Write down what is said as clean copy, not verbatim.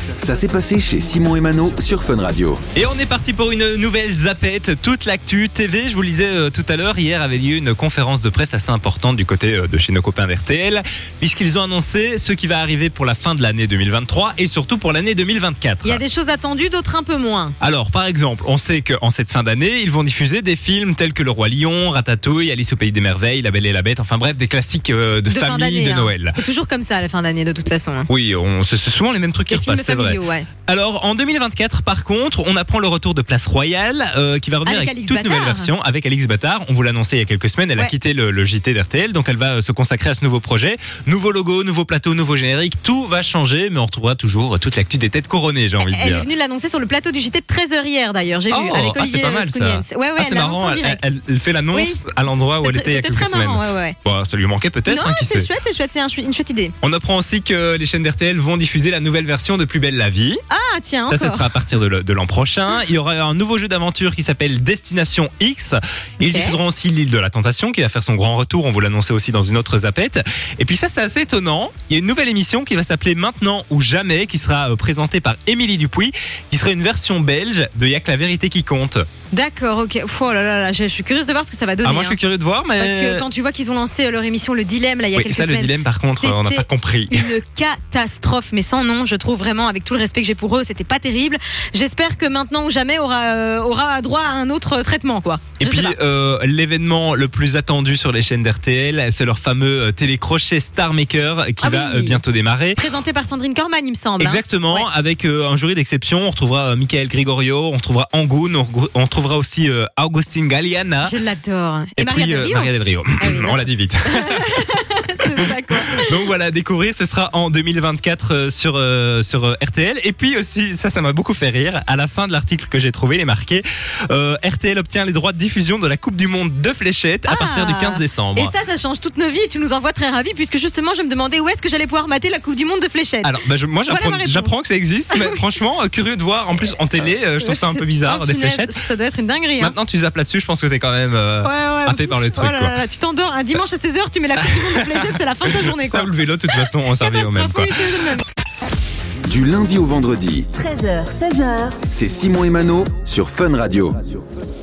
Ça s'est passé chez Simon et Mano sur Fun Radio. Et on est parti pour une nouvelle zapette, toute l'actu TV. Je vous le disais tout à l'heure, hier avait lieu une conférence de presse assez importante du côté de chez nos copains d'RTL, puisqu'ils ont annoncé ce qui va arriver pour la fin de l'année 2023 et surtout pour l'année 2024. Il y a des choses attendues, d'autres un peu moins. Alors, par exemple, on sait qu'en cette fin d'année, ils vont diffuser des films tels que Le Roi Lion, Ratatouille, Alice au Pays des Merveilles, La Belle et la Bête, enfin bref, des classiques de famille, de Noël. C'est toujours comme ça à la fin d'année de toute façon. Oui, c'est souvent les mêmes trucs qui repassent, c'est vrai. Ouais. Alors, en 2024, par contre, on apprend le retour de Place Royale, qui va revenir avec toute nouvelle version, avec Alix Bâtard. On vous l'a annoncé il y a quelques semaines, elle a quitté le JT d'RTL, donc elle va se consacrer à ce nouveau projet. Nouveau logo, nouveau plateau, nouveau générique, tout va changer, mais on retrouvera toujours toute l'actu des têtes couronnées, j'ai envie de dire. Elle est venue l'annoncer sur le plateau du JT de 13h hier d'ailleurs, j'ai vu, avec Olivier c'est pas mal, Skouniens. Ouais, c'est elle marrant, elle fait l'annonce à l'endroit où elle était il y a quelques semaines. Ouais. Bon, ça lui manquait peut-être. Non, c'est chouette, c'est une chouette idée. On apprend aussi que les chaînes d'RTL vont diffuser la nouvelle version de Plus belle la vie. Ah tiens, encore. Ça sera à partir de l'an prochain. Il y aura un nouveau jeu d'aventure qui s'appelle Destination X. Ils diffuseront aussi l'île de la Tentation qui va faire son grand retour. On vous l'annonçait aussi dans une autre zapette. Et puis ça, c'est assez étonnant. Il y a une nouvelle émission qui va s'appeler Maintenant ou Jamais, qui sera présentée par Émilie Dupuis, qui sera une version belge de Y'a que la vérité qui compte. D'accord, ok. Oh là, je suis curieuse de voir ce que ça va donner. Moi, je suis curieux de voir, mais... Parce que quand tu vois qu'ils ont lancé leur émission Le Dilemme, là, il y a quelques semaines... le Dilemme, par contre, on n'a pas compris. Une catastrophe, mais sans nom, je trouve vraiment, avec tout le respect que j'ai pour eux, c'était pas terrible. J'espère que Maintenant ou Jamais aura droit à un autre traitement, quoi. Et puis, l'événement le plus attendu sur les chaînes d'RTL, c'est leur fameux télécrochet Star Maker qui va bientôt démarrer. Présenté par Sandrine Corman, il me semble. Exactement, avec un jury d'exception. On retrouvera Michael Gregorio, on retrouvera Angoun, on retrouvera aussi Augustin Galliana. Je l'adore. Et puis Maria Del Rio. On l'a dit vite. C'est ça, quoi. Donc voilà, découvrir, ce sera en 2024 sur RTL. Et puis aussi, ça m'a beaucoup fait rire. À la fin de l'article que j'ai trouvé, il est marqué RTL obtient les droits de diffusion de la Coupe du Monde de fléchettes à partir du 15 décembre. Et ça change toutes nos vies. Et tu nous envoies très ravis, puisque justement, je me demandais où est-ce que j'allais pouvoir mater la Coupe du Monde de fléchettes. Alors, moi, j'apprends que ça existe, mais franchement, curieux de voir. En plus, en télé, je trouve ça un peu bizarre, des fléchettes. Ça doit être une dinguerie. Maintenant, tu zappes là-dessus, je pense que t'es quand même happé par le truc. Quoi. Tu t'endors un dimanche à 16h, tu mets la Coupe du Monde de fléchettes, c'est la fin de ta journée. Ça ou le vélo, de toute façon, on servait au même. Quoi. Du lundi au vendredi, 13h, 16h, c'est Simon et Mano sur Fun Radio.